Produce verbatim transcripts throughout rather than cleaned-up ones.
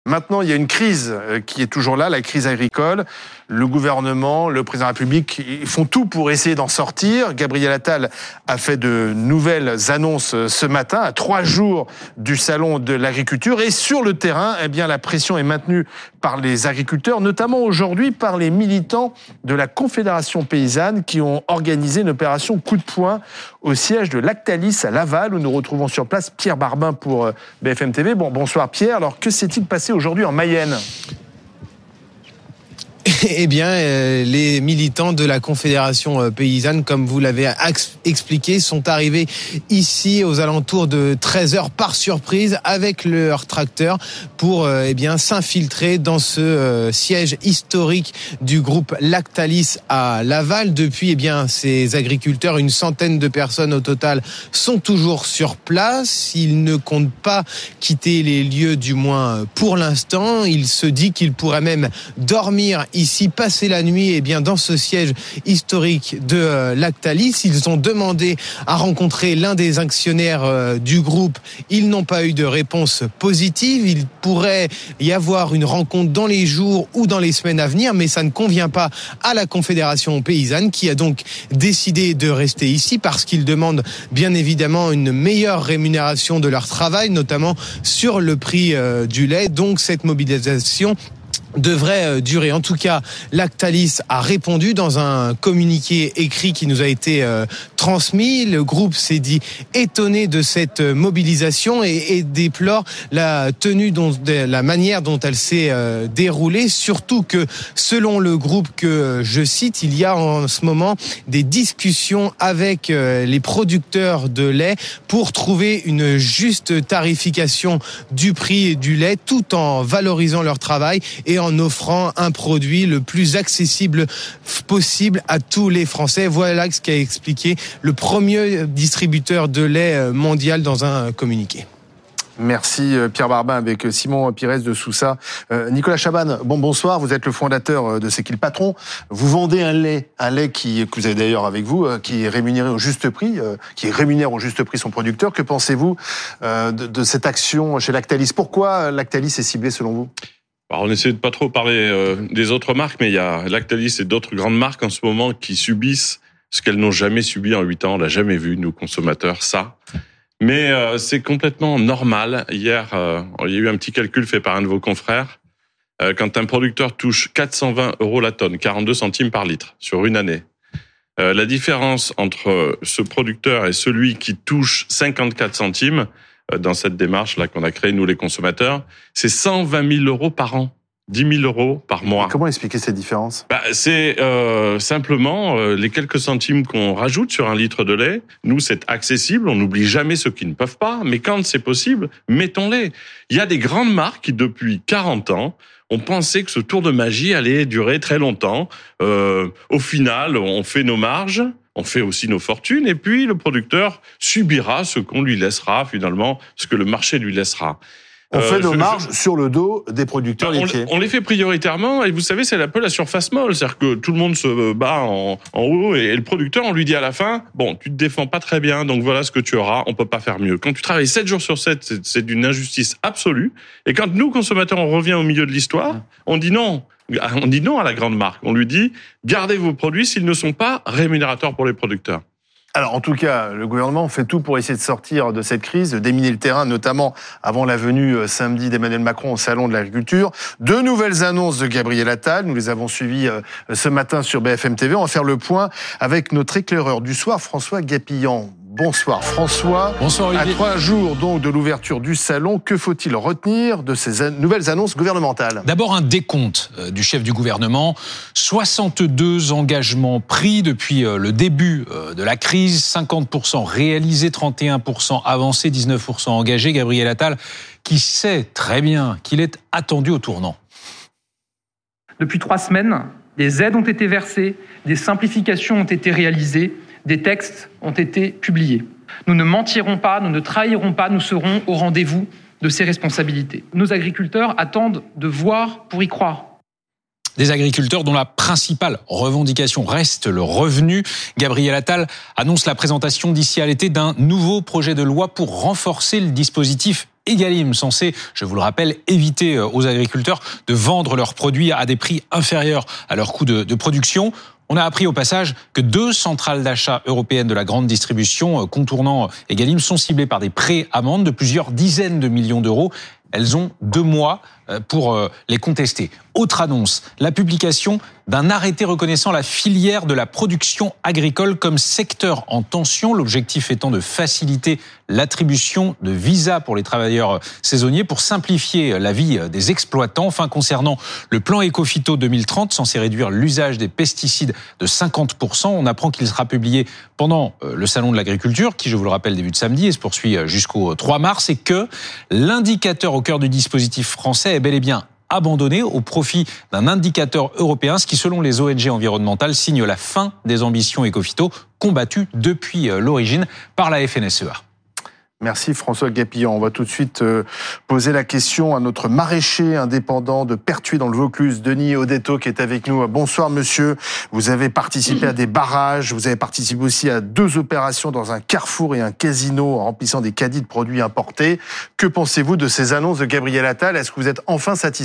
Maintenant, il y a une crise qui est toujours là, la crise agricole. Le gouvernement, le président de la République, ils font tout pour essayer d'en sortir. Gabriel Attal a fait de nouvelles annonces ce matin, à trois jours du salon de l'agriculture. Et sur le terrain, eh bien, la pression est maintenue par les agriculteurs, notamment aujourd'hui par les militants de la Confédération paysanne qui ont organisé une opération coup de poing au siège de Lactalis à Laval, où nous retrouvons sur place Pierre Barbin pour B F M T V. Bon, bonsoir Pierre. Alors, que s'est-il passé aujourd'hui en Mayenne ? Eh bien, euh, les militants de la Confédération euh, paysanne, comme vous l'avez ex- expliqué, sont arrivés ici aux alentours de treize heures par surprise avec leur tracteur pour euh, eh bien s'infiltrer dans ce euh, siège historique du groupe Lactalis à Laval. Depuis, eh bien, ces agriculteurs, une centaine de personnes au total, sont toujours sur place. Ils ne comptent pas quitter les lieux, du moins pour l'instant. Il se dit qu'ils pourraient même dormir ici, passer la nuit, eh bien, dans ce siège historique de euh, Lactalis. Ils ont demandé à rencontrer l'un des actionnaires euh, du groupe. Ils n'ont pas eu de réponse positive. Il pourrait y avoir une rencontre dans les jours ou dans les semaines à venir, mais ça ne convient pas à la Confédération paysanne, qui a donc décidé de rester ici parce qu'ils demandent bien évidemment une meilleure rémunération de leur travail, notamment sur le prix euh, du lait. Donc cette mobilisation devrait durer. En tout cas, Lactalis a répondu dans un communiqué écrit qui nous a été euh, transmis. Le groupe s'est dit étonné de cette mobilisation et, et déplore la tenue, dont, la manière dont elle s'est euh, déroulée. Surtout que, selon le groupe que je cite, il y a en ce moment des discussions avec euh, les producteurs de lait pour trouver une juste tarification du prix du lait, tout en valorisant leur travail et en offrant un produit le plus accessible possible à tous les Français. Voilà ce qu'a expliqué le premier distributeur de lait mondial dans un communiqué. Merci Pierre Barbin avec Simon Pires de Sousa. Euh, Nicolas Chaban, bon bonsoir, vous êtes le fondateur de C'est qui le patron. Vous vendez un lait, un lait qui, que vous avez d'ailleurs avec vous, qui est rémunéré au juste prix, euh, qui rémunère au juste prix son producteur. Que pensez-vous euh, de, de cette action chez Lactalis ? Pourquoi Lactalis est ciblé selon vous ? Alors, on essaie de pas trop parler euh, des autres marques, mais il y a Lactalis et d'autres grandes marques en ce moment qui subissent ce qu'elles n'ont jamais subi en huit ans. On l'a jamais vu, nous consommateurs, ça. Mais euh, c'est complètement normal. Hier, euh, il y a eu un petit calcul fait par un de vos confrères. Euh, quand un producteur touche quatre cent vingt euros la tonne, quarante-deux centimes par litre sur une année, euh, la différence entre ce producteur et celui qui touche cinquante-quatre centimes dans cette démarche-là qu'on a créée, nous les consommateurs, c'est cent vingt mille euros par an, dix mille euros par mois. Comment expliquer cette différence ? Bah, c'est euh, simplement euh, les quelques centimes qu'on rajoute sur un litre de lait. Nous, c'est accessible, on n'oublie jamais ceux qui ne peuvent pas, mais quand c'est possible, mettons-les. Il y a des grandes marques qui, depuis quarante ans, ont pensé que ce tour de magie allait durer très longtemps. Euh, au final, on fait nos marges, on fait aussi nos fortunes, et puis le producteur subira ce qu'on lui laissera, finalement, ce que le marché lui laissera. On euh, fait nos je, marges je... sur le dos des producteurs laitiers. On, on les fait prioritairement, et vous savez, c'est un peu la surface molle, c'est-à-dire que tout le monde se bat en, en haut, et, et le producteur, on lui dit à la fin, bon, tu te défends pas très bien, donc voilà ce que tu auras, on peut pas faire mieux. Quand tu travailles sept jours sur sept, c'est, c'est d'une injustice absolue, et quand nous, consommateurs, on revient au milieu de l'histoire, on dit non. On dit non à la grande marque. On lui dit, gardez vos produits s'ils ne sont pas rémunérateurs pour les producteurs. Alors, en tout cas, le gouvernement fait tout pour essayer de sortir de cette crise, de déminer le terrain, notamment avant la venue samedi d'Emmanuel Macron au Salon de l'Agriculture. Deux nouvelles annonces de Gabriel Attal. Nous les avons suivies ce matin sur B F M T V. On va faire le point avec notre éclaireur du soir, François Gapillan. Bonsoir François. Bonsoir Olivier. À trois jours donc de l'ouverture du salon, que faut-il retenir de ces an- nouvelles annonces gouvernementales ? D'abord un décompte euh, du chef du gouvernement. soixante-deux engagements pris depuis euh, le début euh, de la crise, cinquante pour cent réalisés, trente et un pour cent avancés, dix-neuf pour cent engagés. Gabriel Attal qui sait très bien qu'il est attendu au tournant. Depuis trois semaines, des aides ont été versées, des simplifications ont été réalisées, des textes ont été publiés. Nous ne mentirons pas, nous ne trahirons pas, nous serons au rendez-vous de ces responsabilités. Nos agriculteurs attendent de voir pour y croire. Des agriculteurs dont la principale revendication reste le revenu. Gabriel Attal annonce la présentation d'ici à l'été d'un nouveau projet de loi pour renforcer le dispositif Egalim, censé, je vous le rappelle, éviter aux agriculteurs de vendre leurs produits à des prix inférieurs à leur coût de, de production. On a appris au passage que deux centrales d'achat européennes de la grande distribution contournant Egalim sont ciblées par des pré-amendes de plusieurs dizaines de millions d'euros. Elles ont deux mois pour les contester. Autre annonce, la publication d'un arrêté reconnaissant la filière de la production agricole comme secteur en tension, l'objectif étant de faciliter l'attribution de visas pour les travailleurs saisonniers pour simplifier la vie des exploitants. Enfin, concernant le plan Ecophyto deux mille trente, censé réduire l'usage des pesticides de cinquante pour cent, on apprend qu'il sera publié pendant le salon de l'agriculture, qui, je vous le rappelle, débute samedi et se poursuit jusqu'au trois mars, et que l'indicateur au cœur du dispositif français est bel et bien abandonné au profit d'un indicateur européen, ce qui, selon les O N G environnementales, signe la fin des ambitions Ecophyto combattues depuis l'origine par la F N S E A. Merci François Gapillon. On va tout de suite poser la question à notre maraîcher indépendant de Pertuis dans le Vaucluse, Denis Odetto, qui est avec nous. Bonsoir monsieur. Vous avez participé à des barrages, vous avez participé aussi à deux opérations dans un carrefour et un casino en remplissant des caddies de produits importés. Que pensez-vous de ces annonces de Gabriel Attal ? Est-ce que vous êtes enfin satisfait ?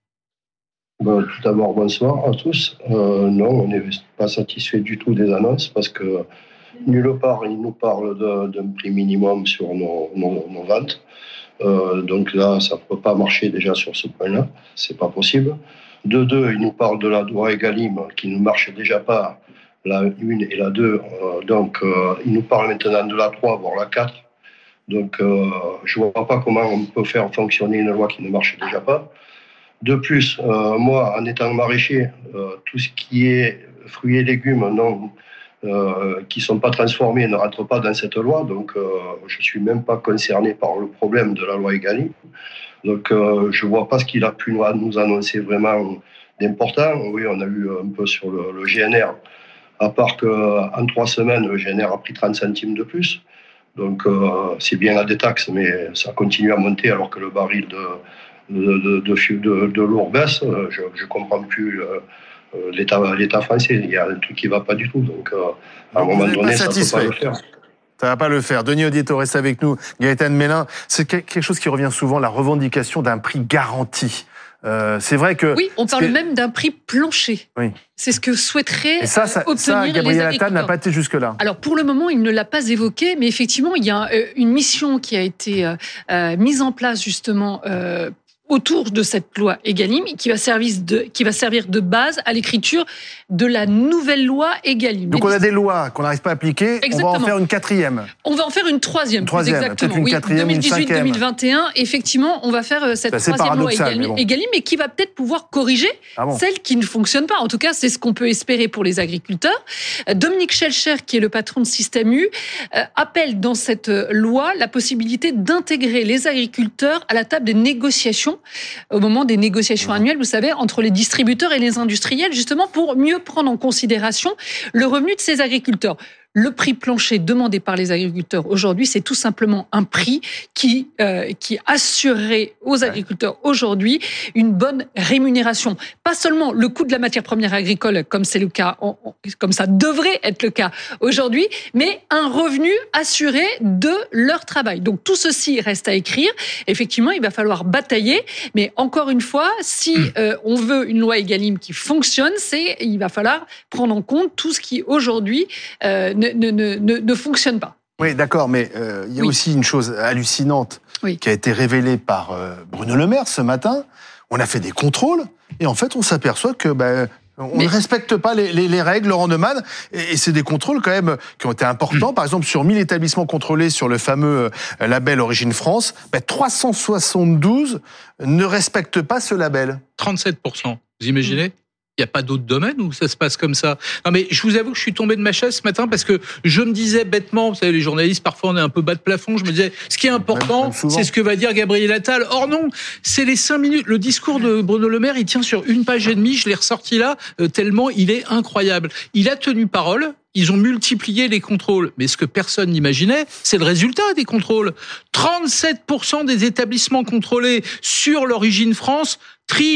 Ben, tout d'abord, bonsoir à tous. Euh, non, on n'est pas satisfait du tout des annonces parce que nulle part, il nous parle d'un prix minimum sur nos, nos, nos ventes. Euh, donc là, ça ne peut pas marcher déjà sur ce point-là. Ce n'est pas possible. De deux, il nous parle de la loi Egalim qui ne marche déjà pas, la une et la deux. Euh, donc, euh, il nous parle maintenant de la trois, voire la quatre. Donc, euh, je ne vois pas comment on peut faire fonctionner une loi qui ne marche déjà pas. De plus, euh, moi, en étant maraîcher, euh, tout ce qui est fruits et légumes non Euh, qui ne sont pas transformés ne rentrent pas dans cette loi, donc euh, je ne suis même pas concerné par le problème de la loi Egalim. Donc euh, je ne vois pas ce qu'il a pu nous annoncer vraiment d'important. Oui, on a eu un peu sur le, le G N R, à part qu'en trois semaines, le G N R a pris trente centimes de plus. Donc euh, c'est bien la détaxe, mais ça continue à monter alors que le baril de, de, de, de, de, de lourd baisse. Je ne comprends plus... Euh, L'État, l'État français, il y a un truc qui ne va pas du tout. Donc, euh, à un moment donné, ça ne peut pas le faire. Ça ne va pas le faire. Denis Odetto reste avec nous. Gaëtan Mélin, c'est quelque chose qui revient souvent, la revendication d'un prix garanti. Euh, c'est vrai que... Oui, on parle que... même d'un prix plancher. Oui. C'est ce que souhaiterait Et ça, ça, obtenir ça, les Gabriel agriculteurs. Attal n'a pas été jusque-là. Alors, pour le moment, il ne l'a pas évoqué, mais effectivement, il y a une mission qui a été euh, mise en place, justement, euh, autour de cette loi Egalim, qui va servir de, qui va servir de base à l'écriture de la nouvelle loi Egalim. Donc on a des lois qu'on n'arrive pas à appliquer, exactement. On va en faire une quatrième. On va en faire une troisième, une troisième exactement. Une oui, quatrième, deux mille dix-huit deux mille vingt et un, une effectivement, on va faire cette c'est troisième loi Egalim, mais bon. Egalim, et qui va peut-être pouvoir corriger ah bon. celle qui ne fonctionne pas. En tout cas, c'est ce qu'on peut espérer pour les agriculteurs. Dominique Schelcher, qui est le patron de Système U, appelle dans cette loi la possibilité d'intégrer les agriculteurs à la table des négociations au moment des négociations annuelles, vous savez, entre les distributeurs et les industriels, justement pour mieux prendre en considération le revenu de ces agriculteurs. Le prix plancher demandé par les agriculteurs aujourd'hui, c'est tout simplement un prix qui, euh, qui assurerait aux agriculteurs aujourd'hui une bonne rémunération. Pas seulement le coût de la matière première agricole, comme c'est le cas, comme ça devrait être le cas aujourd'hui, mais un revenu assuré de leur travail. Donc tout ceci reste à écrire. Effectivement, il va falloir batailler, mais encore une fois, si euh, on veut une loi Egalim qui fonctionne, c'est il va falloir prendre en compte tout ce qui aujourd'hui euh, Ne, ne, ne, ne fonctionne pas. Oui, d'accord, mais euh, il y a oui. aussi une chose hallucinante oui. qui a été révélée par euh, Bruno Le Maire ce matin. On a fait des contrôles et en fait, on s'aperçoit que ben, on mais... ne respecte pas les, les, les règles, Laurent Neumann, et, et c'est des contrôles quand même qui ont été importants. Mmh. Par exemple, sur mille établissements contrôlés sur le fameux label Origine France, ben, trois cent soixante-douze ne respectent pas ce label. trente-sept pour cent, vous imaginez ? Mmh. Il n'y a pas d'autres domaines où ça se passe comme ça. Non, mais je vous avoue que je suis tombé de ma chaise ce matin parce que je me disais bêtement, vous savez, les journalistes, parfois on est un peu bas de plafond, je me disais, ce qui est important, c'est ce que va dire Gabriel Attal. Or non, c'est les cinq minutes. Le discours de Bruno Le Maire, il tient sur une page et demie, je l'ai ressorti là, euh, tellement il est incroyable. Il a tenu parole. Ils ont multiplié les contrôles. Mais ce que personne n'imaginait, c'est le résultat des contrôles. trente-sept pour cent des établissements contrôlés sur l'Origine France trichent.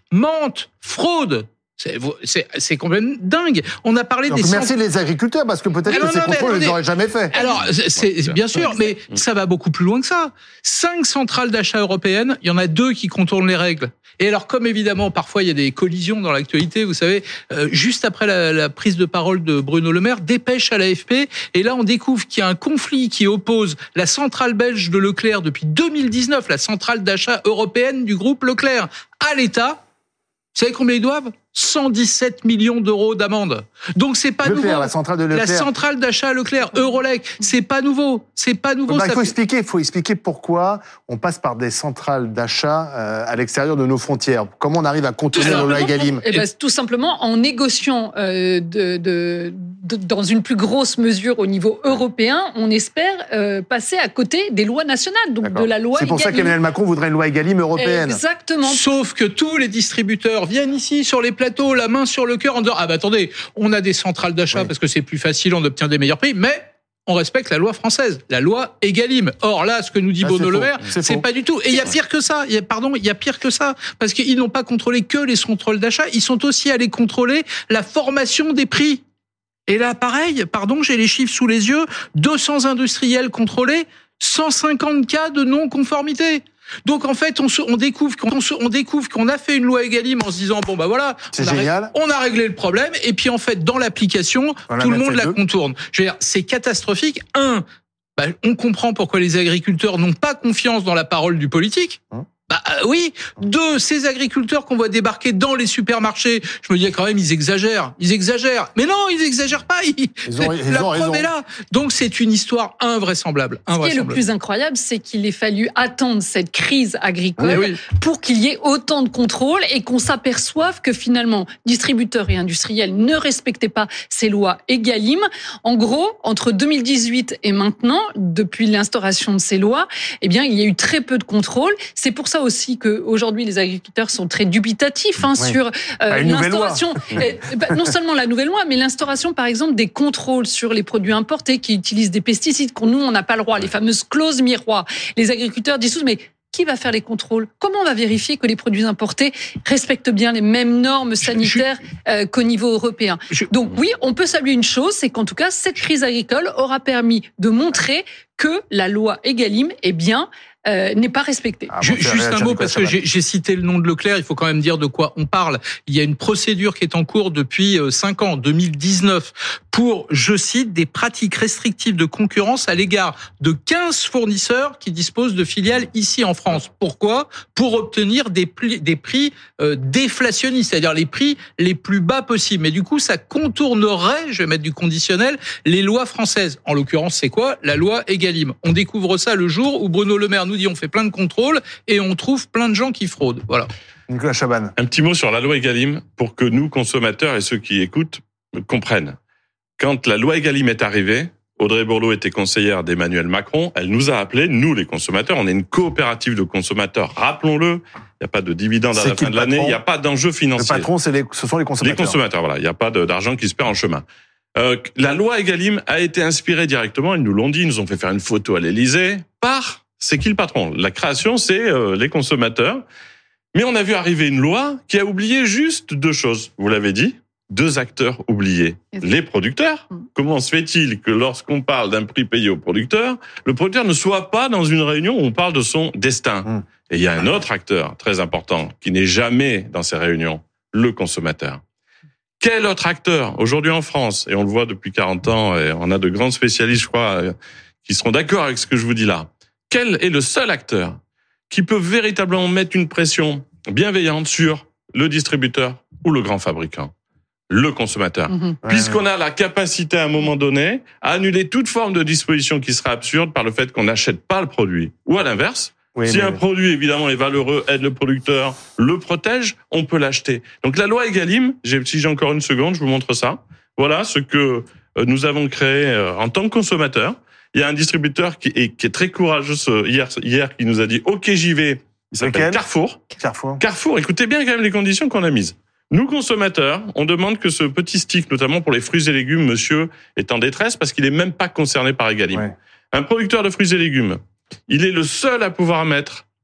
mentent, fraudent. C'est, c'est, c'est complètement dingue. On a parlé Donc des merci cent... les agriculteurs, parce que peut-être Ah que non, ces non, contrôles, mais, ils les auraient jamais fait. Alors, c'est, bien sûr, mais ça va beaucoup plus loin que ça. Cinq centrales d'achat européennes, il y en a deux qui contournent les règles. Et alors, comme évidemment, parfois, il y a des collisions dans l'actualité, vous savez, euh, juste après la, la prise de parole de Bruno Le Maire, dépêche à l'A F P, et là, on découvre qu'il y a un conflit qui oppose la centrale belge de Leclerc depuis deux mille dix-neuf, la centrale d'achat européenne du groupe Leclerc, à l'État. Vous savez combien ils doivent ? cent dix-sept millions d'euros d'amende. Donc c'est pas Leclerc, nouveau. la centrale de Leclerc. La centrale d'achat Leclerc, Eurolec, c'est pas nouveau. C'est pas nouveau. Bah, ça il faut fait... expliquer, il faut expliquer pourquoi on passe par des centrales d'achat euh, à l'extérieur de nos frontières. Comment on arrive à contourner la loi Egalim ? Eh ben, tout simplement en négociant euh, de, de, de, dans une plus grosse mesure au niveau européen, on espère euh, passer à côté des lois nationales, donc D'accord. de la loi C'est pour Egalim. ça qu'Emmanuel Macron voudrait une loi Egalim européenne. Exactement. Sauf que tous les distributeurs viennent ici sur les plateaux, la main sur le cœur, en disant ah bah attendez, on a des centrales d'achat oui. parce que c'est plus facile, on obtient des meilleurs prix, mais on respecte la loi française, la loi Egalim. Or là, ce que nous dit ah, Bruno Le Maire, c'est, c'est pas du tout. Et il y a pire que ça. Il y a, pardon, il y a pire que ça, parce qu'ils n'ont pas contrôlé que les contrôles d'achat, ils sont aussi allés contrôler la formation des prix. Et là, pareil, pardon, j'ai les chiffres sous les yeux, deux cents industriels contrôlés, cent cinquante cas de non-conformité. Donc en fait, on, se, on découvre qu'on se, on découvre qu'on a fait une loi Egalim en se disant bon bah voilà, c'est on, génial. A, on a réglé le problème et puis en fait dans l'application, voilà, tout le monde la deux. contourne. Je veux dire, c'est catastrophique. Un, bah, on comprend pourquoi les agriculteurs n'ont pas confiance dans la parole du politique. Hum. Bah euh, oui. Deux, ces agriculteurs qu'on voit débarquer dans les supermarchés, je me dis quand même ils exagèrent, ils exagèrent. Mais non, ils exagèrent pas. Ils... Ils ont, ils la ont preuve raison. est là. Donc c'est une histoire invraisemblable. invraisemblable. Ce qui est le plus incroyable, c'est qu'il ait fallu attendre cette crise agricole oui, oui. pour qu'il y ait autant de contrôles et qu'on s'aperçoive que finalement distributeurs et industriels ne respectaient pas ces lois Egalim. En gros, entre deux mille dix-huit et maintenant, depuis l'instauration de ces lois, eh bien il y a eu très peu de contrôles. C'est pour ça aussi qu'aujourd'hui, les agriculteurs sont très dubitatifs hein, oui. sur euh, bah, l'instauration, euh, bah, non seulement la nouvelle loi, mais l'instauration, par exemple, des contrôles sur les produits importés qui utilisent des pesticides qu'on nous, on n'a pas le droit, les fameuses clauses miroirs. Les agriculteurs disent tous, mais qui va faire les contrôles ? Comment on va vérifier que les produits importés respectent bien les mêmes normes sanitaires euh, qu'au niveau européen ? Donc oui, on peut saluer une chose, c'est qu'en tout cas, cette crise agricole aura permis de montrer que la loi Egalim est bien Euh, n'est pas respecté. Ah, bon, Juste un mot, parce que j'ai, j'ai cité le nom de Leclerc, il faut quand même dire de quoi on parle. Il y a une procédure qui est en cours depuis cinq ans, deux mille dix-neuf, pour, je cite, des pratiques restrictives de concurrence à l'égard de quinze fournisseurs qui disposent de filiales ici en France. Pourquoi ? Pour obtenir des prix, des prix euh, déflationnistes, c'est-à-dire les prix les plus bas possibles. Mais du coup, ça contournerait, je vais mettre du conditionnel, les lois françaises. En l'occurrence, c'est quoi ? La loi Egalim. On découvre ça le jour où Bruno Le Maire nous dit on fait plein de contrôles et on trouve plein de gens qui fraudent. Voilà. Nicolas Chaban. Un petit mot sur la loi Egalim pour que nous, consommateurs et ceux qui écoutent, comprennent. Quand la loi Egalim est arrivée, Audrey Borloo était conseillère d'Emmanuel Macron. Elle nous a appelés, nous les consommateurs. On est une coopérative de consommateurs, rappelons-le. Il n'y a pas de dividendes à la fin de l'année. Il n'y a pas d'enjeu financier. Le patron, c'est les, ce sont les consommateurs. Les consommateurs, voilà. Il n'y a pas de, d'argent qui se perd en chemin. Euh, la loi Egalim a été inspirée directement, ils nous l'ont dit, ils nous ont fait faire une photo à l'Élysée, par... C'est qui le patron ? La création, c'est euh, les consommateurs. Mais on a vu arriver une loi qui a oublié juste deux choses. Vous l'avez dit, deux acteurs oubliés. Les producteurs. Comment se fait-il que lorsqu'on parle d'un prix payé au producteur, le producteur ne soit pas dans une réunion où on parle de son destin ? Mmh. Et il y a un autre acteur très important qui n'est jamais dans ces réunions, le consommateur. Quel autre acteur, aujourd'hui en France, et on le voit depuis quarante ans, et on a de grands spécialistes, je crois, qui seront d'accord avec ce que je vous dis là. Quel est le seul acteur qui peut véritablement mettre une pression bienveillante sur le distributeur ou le grand fabricant ? Le consommateur. Mmh. Puisqu'on a la capacité à un moment donné à annuler toute forme de disposition qui serait absurde par le fait qu'on n'achète pas le produit. Ou à l'inverse, oui, si mais... un produit évidemment est valeureux, aide le producteur, le protège, on peut l'acheter. Donc la loi Egalim, j'ai, si j'ai encore une seconde, je vous montre ça. Voilà ce que nous avons créé en tant que consommateurs. Il y a un distributeur qui est, qui est très courageux hier, hier qui nous a dit « Ok, j'y vais ». Il s'appelle Lequel Carrefour. Carrefour. Carrefour, écoutez bien quand même les conditions qu'on a mises. Nous, consommateurs, on demande que ce petit stick, notamment pour les fruits et légumes, monsieur est en détresse parce qu'il est même pas concerné par Egalim. Ouais. Un producteur de fruits et légumes, il est le seul à pouvoir mettre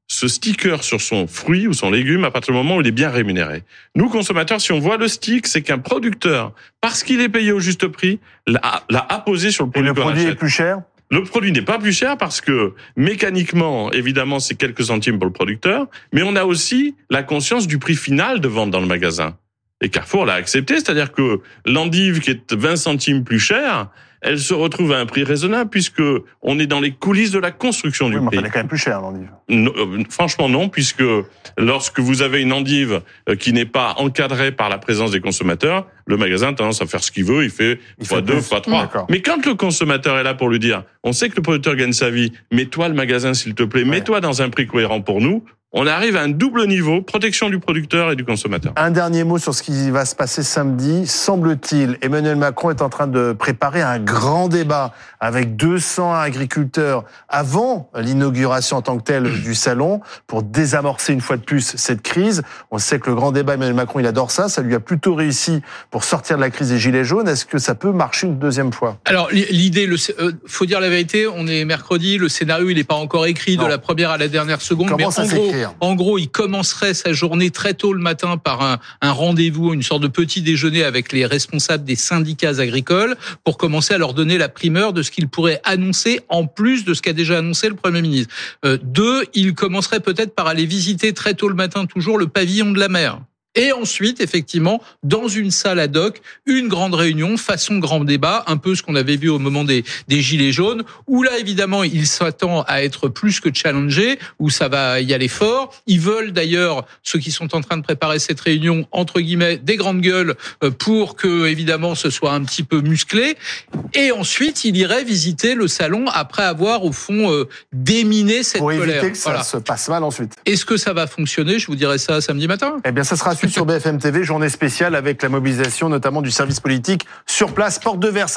ce sticker sur son fruit ou son légume à partir du moment où il est bien rémunéré. Nous, consommateurs, si on voit le stick, c'est qu'un producteur, parce qu'il est payé au juste prix, l'a, l'a apposé sur le produit. Et le qu'on produit achète. est plus cher ? Le produit n'est pas plus cher parce que mécaniquement, évidemment, c'est quelques centimes pour le producteur, mais on a aussi la conscience du prix final de vente dans le magasin. Et Carrefour l'a accepté, c'est-à-dire que l'endive qui est vingt centimes plus chère, elle se retrouve à un prix raisonnable puisque on est dans les coulisses de la construction du oui, mais prix. Elle est quand même plus chère, l'endive. Non, euh, franchement non, puisque lorsque vous avez une endive qui n'est pas encadrée par la présence des consommateurs, le magasin a tendance à faire ce qu'il veut, il fait fois deux, fois trois. Mais quand le consommateur est là pour lui dire, on sait que le producteur gagne sa vie, mets-toi le magasin s'il te plaît, ouais. mets-toi dans un prix cohérent pour nous, on arrive à un double niveau, protection du producteur et du consommateur. Un dernier mot sur ce qui va se passer samedi. Semble-t-il, Emmanuel Macron est en train de préparer un grand débat avec deux cents agriculteurs avant l'inauguration en tant que telle du salon pour désamorcer une fois de plus cette crise. On sait que le grand débat, Emmanuel Macron, il adore ça. Ça lui a plutôt réussi pour sortir de la crise des Gilets jaunes. Est-ce que ça peut marcher une deuxième fois ? Alors, l'idée, le, euh, faut dire la vérité, on est mercredi, le scénario, il n'est pas encore écrit non. de la première à la dernière seconde. Comment mais ça en gros, s'écrit ? En gros, il commencerait sa journée très tôt le matin par un, un rendez-vous, une sorte de petit déjeuner avec les responsables des syndicats agricoles pour commencer à leur donner la primeur de ce qu'il pourrait annoncer en plus de ce qu'a déjà annoncé le Premier ministre. Euh, deux, il commencerait peut-être par aller visiter très tôt le matin toujours le pavillon de la mer. Et ensuite, effectivement, dans une salle ad hoc, une grande réunion, façon grand débat, un peu ce qu'on avait vu au moment des, des Gilets jaunes, où là, évidemment, il s'attend à être plus que challengé, où ça va y aller fort. Ils veulent d'ailleurs, ceux qui sont en train de préparer cette réunion, entre guillemets, des grandes gueules, pour que, évidemment, ce soit un petit peu musclé. Et ensuite, il irait visiter le salon après avoir, au fond, euh, déminé cette pour colère. Pour éviter que ça voilà. se passe mal ensuite. Est-ce que ça va fonctionner ? Je vous dirai ça samedi matin. Eh bien, ça sera sur B F M T V, journée spéciale avec la mobilisation notamment du service politique sur place, porte de Versailles.